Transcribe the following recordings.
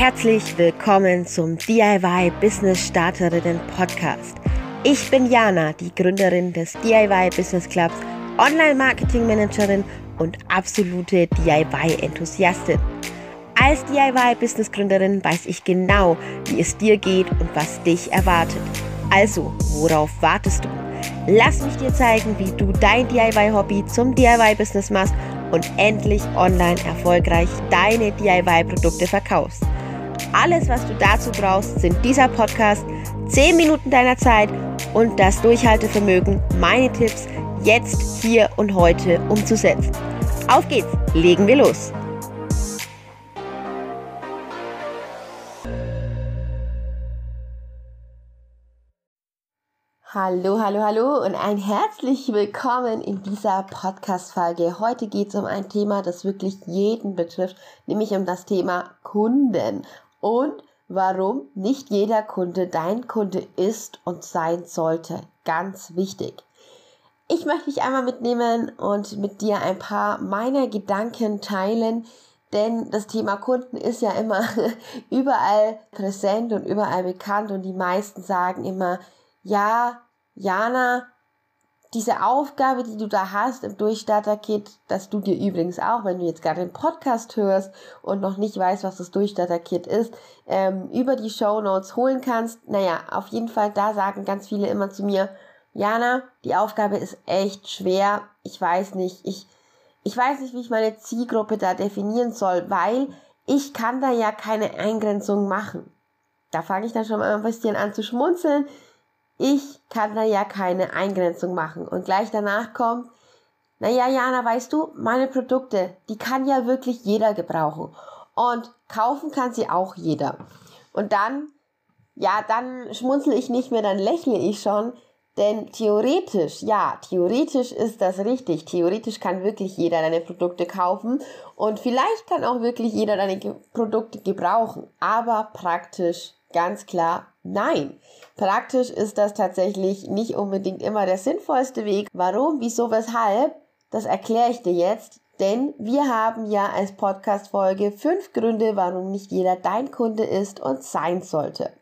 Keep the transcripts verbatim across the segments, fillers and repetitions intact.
Herzlich willkommen zum D I Y Business Starterinnen Podcast. Ich bin Jana, die Gründerin des D I Y Business Clubs, Online-Marketing-Managerin und absolute D I Y-Enthusiastin. Als D I Y-Business-Gründerin weiß ich genau, wie es dir geht und was dich erwartet. Also, worauf wartest du? Lass mich dir zeigen, wie du dein D I Y-Hobby zum D I Y-Business machst und endlich online erfolgreich deine D I Y-Produkte verkaufst. Alles, was du dazu brauchst, sind dieser Podcast, zehn Minuten deiner Zeit und das Durchhaltevermögen, meine Tipps jetzt, hier und heute umzusetzen. Auf geht's, legen wir los! Hallo, hallo, hallo und ein herzlich willkommen in dieser Podcast-Folge. Heute geht es um ein Thema, das wirklich jeden betrifft, nämlich um das Thema Kunden und warum nicht jeder Kunde dein Kunde ist und sein sollte. Ganz wichtig. Ich möchte dich einmal mitnehmen und mit dir ein paar meiner Gedanken teilen, denn das Thema Kunden ist ja immer überall präsent und überall bekannt und die meisten sagen immer, ja, Jana, diese Aufgabe, die du da hast im Durchstarter-Kit, dass du dir übrigens auch, wenn du jetzt gerade den Podcast hörst und noch nicht weißt, was das Durchstarter-Kit ist, ähm, über die Shownotes holen kannst. Naja, auf jeden Fall, da sagen ganz viele immer zu mir, Jana, die Aufgabe ist echt schwer. Ich weiß nicht, ich, ich weiß nicht, wie ich meine Zielgruppe da definieren soll, weil ich kann da ja keine Eingrenzung machen. Da fange ich dann schon mal ein bisschen an zu schmunzeln. Ich kann da ja keine Eingrenzung machen. Und gleich danach kommt, naja, Jana, weißt du, meine Produkte, die kann ja wirklich jeder gebrauchen. Und kaufen kann sie auch jeder. Und dann, ja, dann schmunzel ich nicht mehr, dann lächle ich schon. Denn theoretisch, ja, theoretisch ist das richtig. Theoretisch kann wirklich jeder deine Produkte kaufen. Und vielleicht kann auch wirklich jeder deine Ge- Produkte gebrauchen. Aber praktisch, ganz klar, nein. Praktisch ist das tatsächlich nicht unbedingt immer der sinnvollste Weg. Warum, wieso, weshalb? Das erkläre ich dir jetzt. Denn wir haben ja als Podcast-Folge fünf Gründe, warum nicht jeder dein Kunde ist und sein sollte.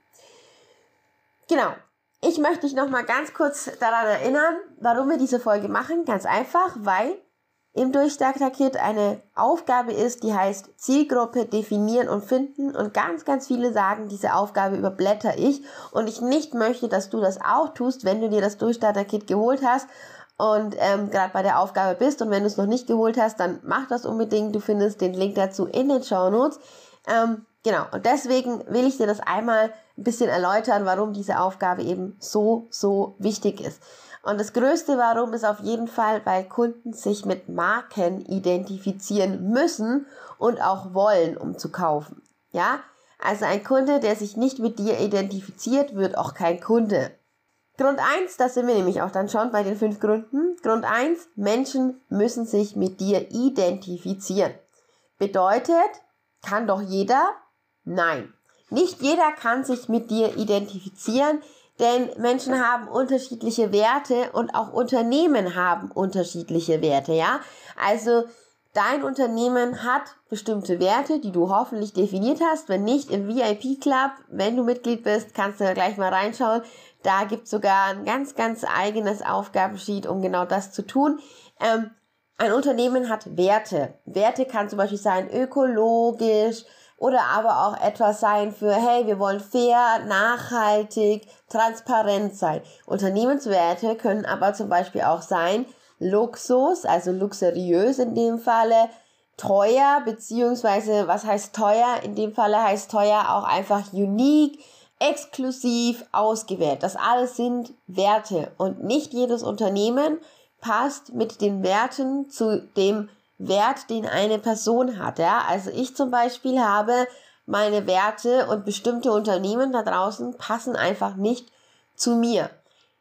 Genau. Ich möchte dich nochmal ganz kurz daran erinnern, warum wir diese Folge machen. Ganz einfach, weil im Durchstarter-Kit eine Aufgabe ist, die heißt Zielgruppe definieren und finden. Und ganz, ganz viele sagen, diese Aufgabe überblätter ich. Und ich nicht möchte, dass du das auch tust, wenn du dir das Durchstarter-Kit geholt hast und ähm, gerade bei der Aufgabe bist. Und wenn du es noch nicht geholt hast, dann mach das unbedingt. Du findest den Link dazu in den Shownotes. Ähm, genau, und deswegen will ich dir das einmal ein bisschen erläutern, warum diese Aufgabe eben so, so wichtig ist. Und das größte Warum ist auf jeden Fall, weil Kunden sich mit Marken identifizieren müssen und auch wollen, um zu kaufen. Ja, also ein Kunde, der sich nicht mit dir identifiziert, wird auch kein Kunde. Grund eins, das sind wir nämlich auch dann schon bei den fünf Gründen. Grund eins, Menschen müssen sich mit dir identifizieren. Bedeutet, kann doch jeder? Nein. Nicht jeder kann sich mit dir identifizieren, denn Menschen haben unterschiedliche Werte und auch Unternehmen haben unterschiedliche Werte, ja? Also dein Unternehmen hat bestimmte Werte, die du hoffentlich definiert hast. Wenn nicht, im V I P-Club, wenn du Mitglied bist, kannst du da gleich mal reinschauen. Da gibt es sogar ein ganz, ganz eigenes Aufgabensheet, um genau das zu tun. Ähm, ein Unternehmen hat Werte. Werte kann zum Beispiel sein ökologisch, oder aber auch etwas sein für, hey, wir wollen fair, nachhaltig, transparent sein. Unternehmenswerte können aber zum Beispiel auch sein, Luxus, also luxuriös in dem Falle, teuer, beziehungsweise was heißt teuer? In dem Falle heißt teuer auch einfach unique, exklusiv, ausgewählt. Das alles sind Werte und nicht jedes Unternehmen passt mit den Werten zu dem Wert, den eine Person hat, ja. Also ich zum Beispiel habe meine Werte und bestimmte Unternehmen da draußen passen einfach nicht zu mir.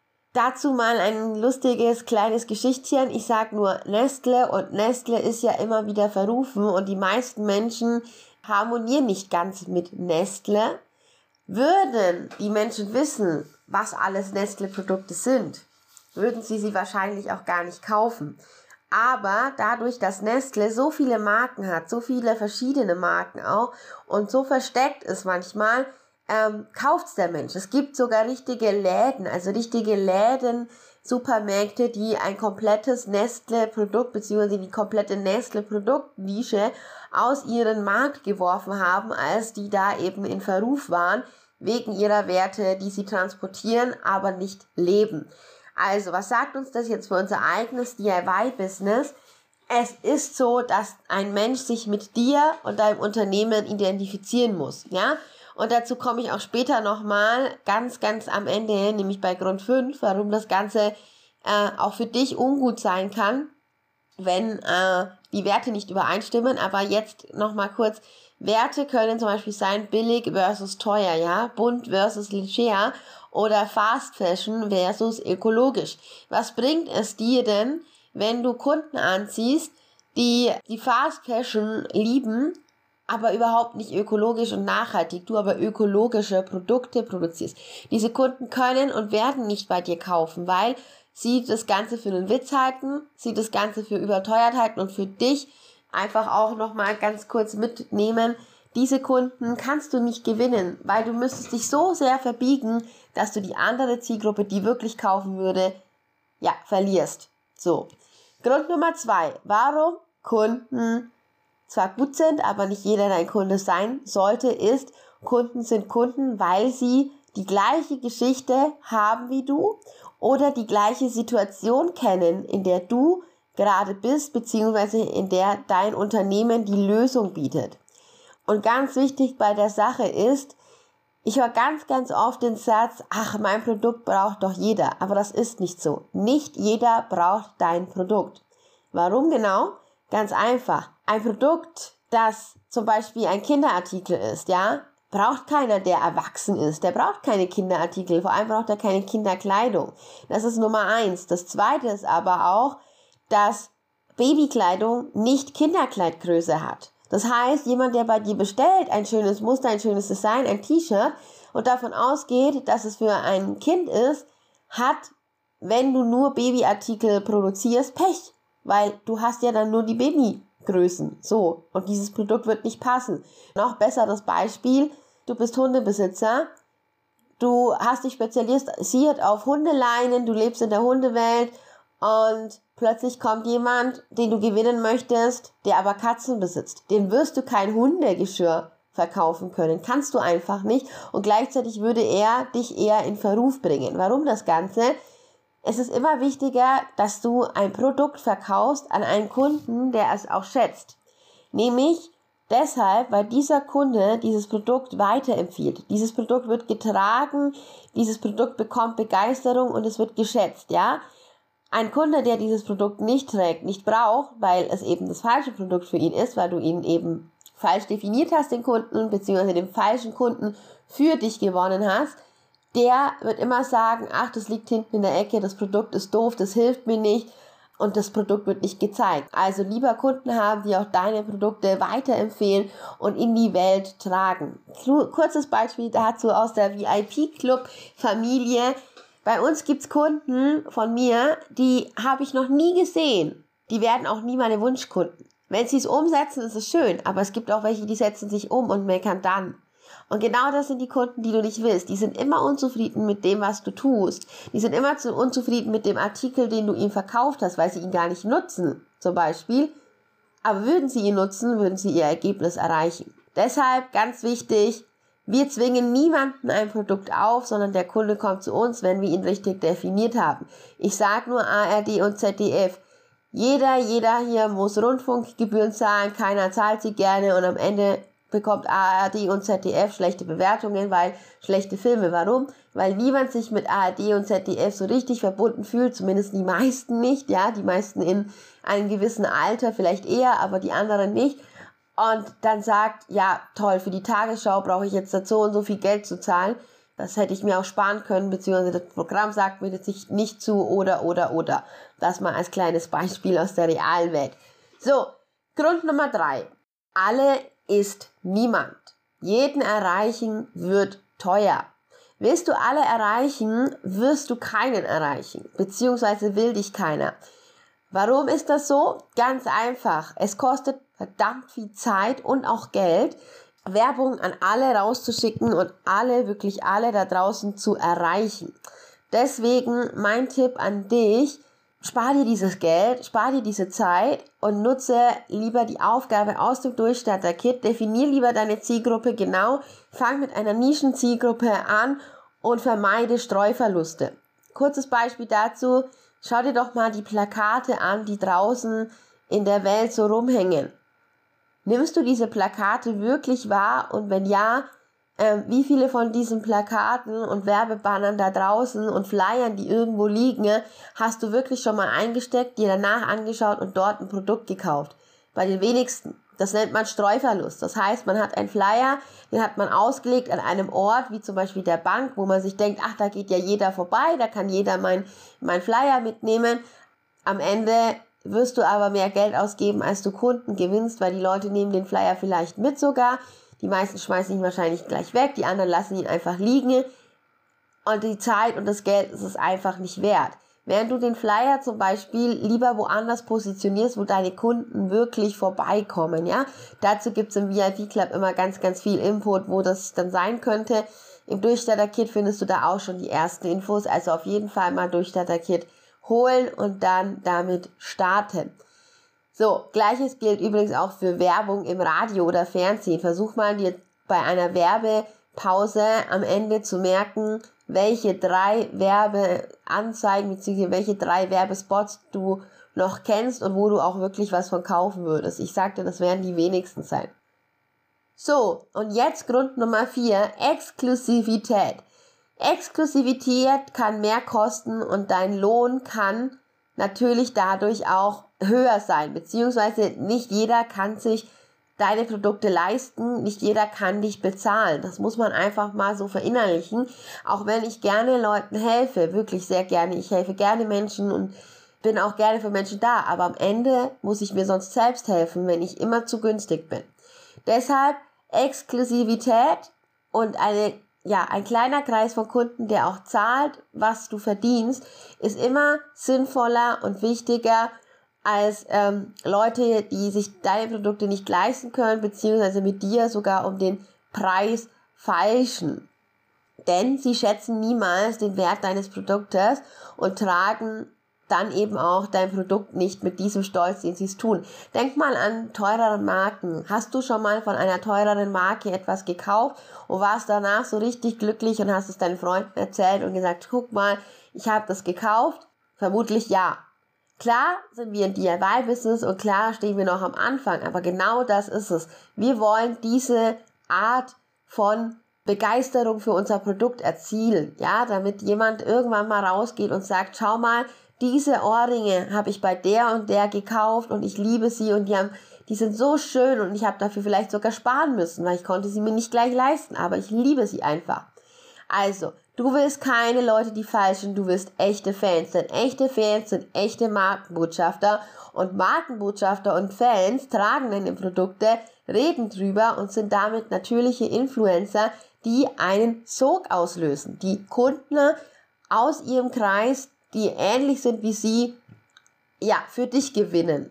Dazu mal ein lustiges kleines Geschichtchen. Ich sag nur Nestle und Nestle ist ja immer wieder verrufen und die meisten Menschen harmonieren nicht ganz mit Nestle. Würden die Menschen wissen, was alles Nestle-Produkte sind, würden sie sie wahrscheinlich auch gar nicht kaufen. Aber dadurch, dass Nestle so viele Marken hat, so viele verschiedene Marken auch und so versteckt ist manchmal, ähm, kauft's der Mensch. Es gibt sogar richtige Läden, also richtige Läden, Supermärkte, die ein komplettes Nestle-Produkt bzw. die komplette Nestle-Produktnische aus ihrem Markt geworfen haben, als die da eben in Verruf waren, wegen ihrer Werte, die sie transportieren, aber nicht leben. Also, was sagt uns das jetzt für unser eigenes D I Y-Business? Es ist so, dass ein Mensch sich mit dir und deinem Unternehmen identifizieren muss, ja? Und dazu komme ich auch später nochmal, ganz, ganz am Ende, nämlich bei Grund fünf, warum das Ganze äh, auch für dich ungut sein kann, wenn äh, die Werte nicht übereinstimmen. Aber jetzt nochmal kurz, Werte können zum Beispiel sein billig versus teuer, ja, bunt versus leger oder Fast Fashion versus ökologisch. Was bringt es dir denn, wenn du Kunden anziehst, die die Fast Fashion lieben, aber überhaupt nicht ökologisch und nachhaltig, du aber ökologische Produkte produzierst? Diese Kunden können und werden nicht bei dir kaufen, weil sie das Ganze für einen Witz halten, sie das Ganze für überteuert halten und für dich einfach auch nochmal ganz kurz mitnehmen. Diese Kunden kannst du nicht gewinnen, weil du müsstest dich so sehr verbiegen, dass du die andere Zielgruppe, die wirklich kaufen würde, ja, verlierst. So. Grund Nummer zwei. Warum Kunden zwar gut sind, aber nicht jeder dein Kunde sein sollte, ist, Kunden sind Kunden, weil sie die gleiche Geschichte haben wie du oder die gleiche Situation kennen, in der du gerade bist, beziehungsweise in der dein Unternehmen die Lösung bietet. Und ganz wichtig bei der Sache ist, ich höre ganz, ganz oft den Satz, ach, mein Produkt braucht doch jeder. Aber das ist nicht so. Nicht jeder braucht dein Produkt. Warum genau? Ganz einfach. Ein Produkt, das zum Beispiel ein Kinderartikel ist, ja, braucht keiner, der erwachsen ist. Der braucht keine Kinderartikel. Vor allem braucht er keine Kinderkleidung. Das ist Nummer eins. Das zweite ist aber auch, dass Babykleidung nicht Kinderkleidgröße hat. Das heißt, jemand, der bei dir bestellt, ein schönes Muster, ein schönes Design, ein T-Shirt und davon ausgeht, dass es für ein Kind ist, hat, wenn du nur Babyartikel produzierst, Pech. Weil du hast ja dann nur die Babygrößen. So. Und dieses Produkt wird nicht passen. Noch besseres Beispiel. Du bist Hundebesitzer. Du hast dich spezialisiert auf Hundeleinen. Du lebst in der Hundewelt. Und plötzlich kommt jemand, den du gewinnen möchtest, der aber Katzen besitzt. Dem wirst du kein Hundegeschirr verkaufen können. Kannst du einfach nicht. Und gleichzeitig würde er dich eher in Verruf bringen. Warum das Ganze? Es ist immer wichtiger, dass du ein Produkt verkaufst an einen Kunden, der es auch schätzt. Nämlich deshalb, weil dieser Kunde dieses Produkt weiterempfiehlt. Dieses Produkt wird getragen, dieses Produkt bekommt Begeisterung und es wird geschätzt, ja. Ein Kunde, der dieses Produkt nicht trägt, nicht braucht, weil es eben das falsche Produkt für ihn ist, weil du ihn eben falsch definiert hast, den Kunden, beziehungsweise den falschen Kunden für dich gewonnen hast, der wird immer sagen, ach, das liegt hinten in der Ecke, das Produkt ist doof, das hilft mir nicht und das Produkt wird nicht gezeigt. Also lieber Kunden haben, die auch deine Produkte weiterempfehlen und in die Welt tragen. Kurzes Beispiel dazu aus der V I P-Club-Familie. Bei uns gibt's Kunden von mir, die habe ich noch nie gesehen. Die werden auch nie meine Wunschkunden. Wenn sie es umsetzen, ist es schön, aber es gibt auch welche, die setzen sich um und meckern dann. Und genau das sind die Kunden, die du nicht willst. Die sind immer unzufrieden mit dem, was du tust. Die sind immer zu unzufrieden mit dem Artikel, den du ihnen verkauft hast, weil sie ihn gar nicht nutzen, zum Beispiel. Aber würden sie ihn nutzen, würden sie ihr Ergebnis erreichen. Deshalb ganz wichtig, wir zwingen niemanden ein Produkt auf, sondern der Kunde kommt zu uns, wenn wir ihn richtig definiert haben. Ich sage nur A R D und Z D F. Jeder, jeder hier muss Rundfunkgebühren zahlen, keiner zahlt sie gerne und am Ende bekommt A R D und Z D F schlechte Bewertungen, weil schlechte Filme. Warum? Weil niemand sich mit A R D und Z D F so richtig verbunden fühlt, zumindest die meisten nicht, ja, die meisten in einem gewissen Alter vielleicht eher, aber die anderen nicht. Und dann sagt, ja, toll, für die Tagesschau brauche ich jetzt dazu und so viel Geld zu zahlen. Das hätte ich mir auch sparen können, beziehungsweise das Programm sagt mir jetzt nicht zu, oder, oder, oder. Das mal als kleines Beispiel aus der realen Welt. So, Grund Nummer drei. Alle ist niemand. Jeden erreichen wird teuer. Willst du alle erreichen, wirst du keinen erreichen, beziehungsweise will dich keiner. Warum ist das so? Ganz einfach. Es kostet verdammt viel Zeit und auch Geld, Werbung an alle rauszuschicken und alle, wirklich alle da draußen zu erreichen. Deswegen mein Tipp an dich: Spar dir dieses Geld, spar dir diese Zeit und nutze lieber die Aufgabe aus dem Durchstarter-Kit. Definier lieber deine Zielgruppe genau, fang mit einer Nischenzielgruppe an und vermeide Streuverluste. Kurzes Beispiel dazu: Schau dir doch mal die Plakate an, die draußen in der Welt so rumhängen. Nimmst du diese Plakate wirklich wahr? Und wenn ja, äh, wie viele von diesen Plakaten und Werbebannern da draußen und Flyern, die irgendwo liegen, hast du wirklich schon mal eingesteckt, dir danach angeschaut und dort ein Produkt gekauft? Bei den wenigsten. Das nennt man Streuverlust. Das heißt, man hat einen Flyer, den hat man ausgelegt an einem Ort, wie zum Beispiel der Bank, wo man sich denkt, ach, da geht ja jeder vorbei, da kann jeder mein, mein Flyer mitnehmen. Am Ende wirst du aber mehr Geld ausgeben, als du Kunden gewinnst, weil die Leute nehmen den Flyer vielleicht mit sogar. Die meisten schmeißen ihn wahrscheinlich gleich weg, die anderen lassen ihn einfach liegen. Und die Zeit und das Geld ist es einfach nicht wert. Während du den Flyer zum Beispiel lieber woanders positionierst, wo deine Kunden wirklich vorbeikommen, ja. Dazu gibt's im V I P-Club immer ganz, ganz viel Input, wo das dann sein könnte. Im Durchstarter-Kit findest du da auch schon die ersten Infos, also auf jeden Fall mal Durchstarter-Kit holen und dann damit starten. So, gleiches gilt übrigens auch für Werbung im Radio oder Fernsehen. Versuch mal dir bei einer Werbepause am Ende zu merken, welche drei Werbeanzeigen bzw. welche drei Werbespots du noch kennst und wo du auch wirklich was von kaufen würdest. Ich sagte, das werden die wenigsten sein. So, und jetzt Grund Nummer vier, Exklusivität. Exklusivität kann mehr kosten und dein Lohn kann natürlich dadurch auch höher sein, beziehungsweise nicht jeder kann sich deine Produkte leisten, nicht jeder kann dich bezahlen. Das muss man einfach mal so verinnerlichen. Auch wenn ich gerne Leuten helfe, wirklich sehr gerne, ich helfe gerne Menschen und bin auch gerne für Menschen da, aber am Ende muss ich mir sonst selbst helfen, wenn ich immer zu günstig bin. Deshalb Exklusivität und eine Ja, ein kleiner Kreis von Kunden, der auch zahlt, was du verdienst, ist immer sinnvoller und wichtiger als ähm, Leute, die sich deine Produkte nicht leisten können, beziehungsweise mit dir sogar um den Preis feilschen. Denn sie schätzen niemals den Wert deines Produktes und tragen dann eben auch dein Produkt nicht mit diesem Stolz, den sie es tun. Denk mal an teurere Marken. Hast du schon mal von einer teureren Marke etwas gekauft und warst danach so richtig glücklich und hast es deinen Freunden erzählt und gesagt, guck mal, ich habe das gekauft? Vermutlich ja. Klar sind wir ein D I Y-Business und klar stehen wir noch am Anfang, aber genau das ist es. Wir wollen diese Art von Begeisterung für unser Produkt erzielen, ja, damit jemand irgendwann mal rausgeht und sagt, schau mal, diese Ohrringe habe ich bei der und der gekauft und ich liebe sie und die haben, die sind so schön und ich habe dafür vielleicht sogar sparen müssen, weil ich konnte sie mir nicht gleich leisten, aber ich liebe sie einfach. Also, du willst keine Leute, die falschen, du willst echte Fans, denn echte Fans sind echte Markenbotschafter und Markenbotschafter und Fans tragen deine Produkte, reden drüber und sind damit natürliche Influencer, die einen Sog auslösen, die Kunden aus ihrem Kreis, die ähnlich sind wie sie, ja, für dich gewinnen.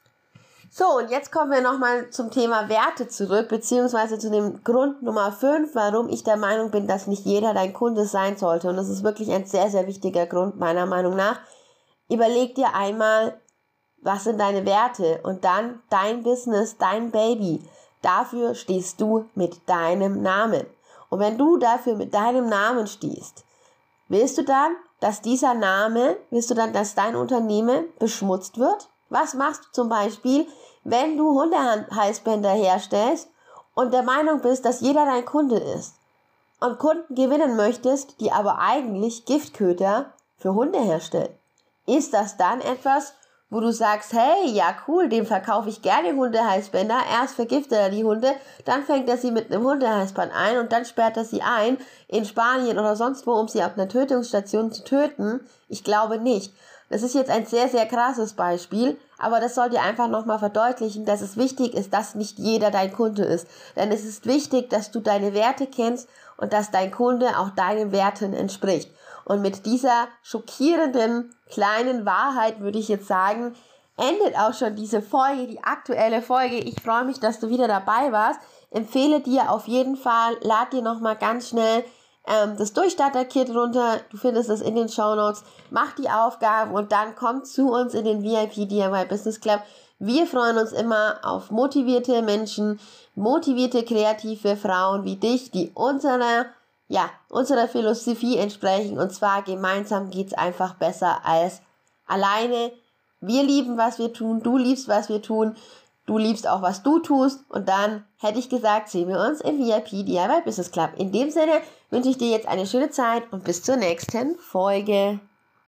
So, und jetzt kommen wir nochmal zum Thema Werte zurück, beziehungsweise zu dem Grund Nummer fünf, warum ich der Meinung bin, dass nicht jeder dein Kunde sein sollte. Und das ist wirklich ein sehr, sehr wichtiger Grund meiner Meinung nach. Überleg dir einmal, was sind deine Werte und dann dein Business, dein Baby. Dafür stehst du mit deinem Namen. Und wenn du dafür mit deinem Namen stehst, willst du dann, dass dieser Name, willst du dann, dass dein Unternehmen beschmutzt wird? Was machst du zum Beispiel, wenn du Hundehalsbänder herstellst und der Meinung bist, dass jeder dein Kunde ist und Kunden gewinnen möchtest, die aber eigentlich Giftköder für Hunde herstellen? Ist das dann etwas, wo du sagst, hey, ja cool, dem verkaufe ich gerne Hundehalsbänder, erst vergiftet er die Hunde, dann fängt er sie mit einem Hundehalsband ein und dann sperrt er sie ein in Spanien oder sonst wo, um sie auf einer Tötungsstation zu töten? Ich glaube nicht. Das ist jetzt ein sehr, sehr krasses Beispiel, aber das soll dir einfach nochmal verdeutlichen, dass es wichtig ist, dass nicht jeder dein Kunde ist. Denn es ist wichtig, dass du deine Werte kennst und dass dein Kunde auch deinen Werten entspricht. Und mit dieser schockierenden kleinen Wahrheit würde ich jetzt sagen, endet auch schon diese Folge, die aktuelle Folge. Ich freue mich, dass du wieder dabei warst. Empfehle dir auf jeden Fall, lad dir nochmal ganz schnell ähm, das Durchstarter-Kit runter. Du findest es in den Shownotes. Mach die Aufgaben und dann komm zu uns in den V I P D I Y Business Club. Wir freuen uns immer auf motivierte Menschen, motivierte, kreative Frauen wie dich, die unserer, ja, unserer Philosophie entsprechen. Und zwar gemeinsam geht's einfach besser als alleine. Wir lieben, was wir tun. Du liebst, was wir tun. Du liebst auch, was du tust. Und dann hätte ich gesagt, sehen wir uns im V I P D I Y Business Club. In dem Sinne wünsche ich dir jetzt eine schöne Zeit und bis zur nächsten Folge.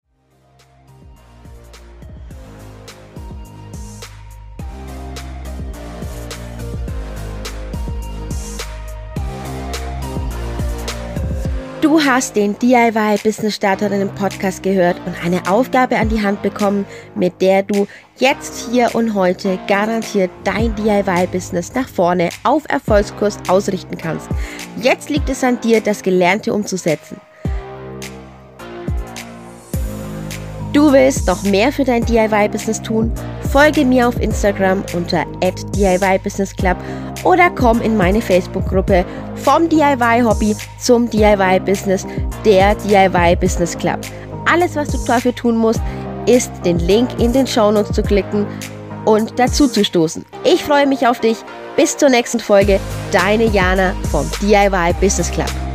Du hast den D I Y Business Starterinnen Podcast gehört und eine Aufgabe an die Hand bekommen, mit der du jetzt, hier und heute garantiert dein D I Y Business nach vorne auf Erfolgskurs ausrichten kannst. Jetzt liegt es an dir, das Gelernte umzusetzen. Du willst noch mehr für dein D I Y Business tun? Folge mir auf Instagram unter at D I Y Business Club oder komm in meine Facebook-Gruppe vom D I Y-Hobby zum D I Y-Business, der D I Y Business Club. Alles, was du dafür tun musst, ist, den Link in den Shownotes zu klicken und dazu zu stoßen. Ich freue mich auf dich. Bis zur nächsten Folge. Deine Jana vom D I Y Business Club.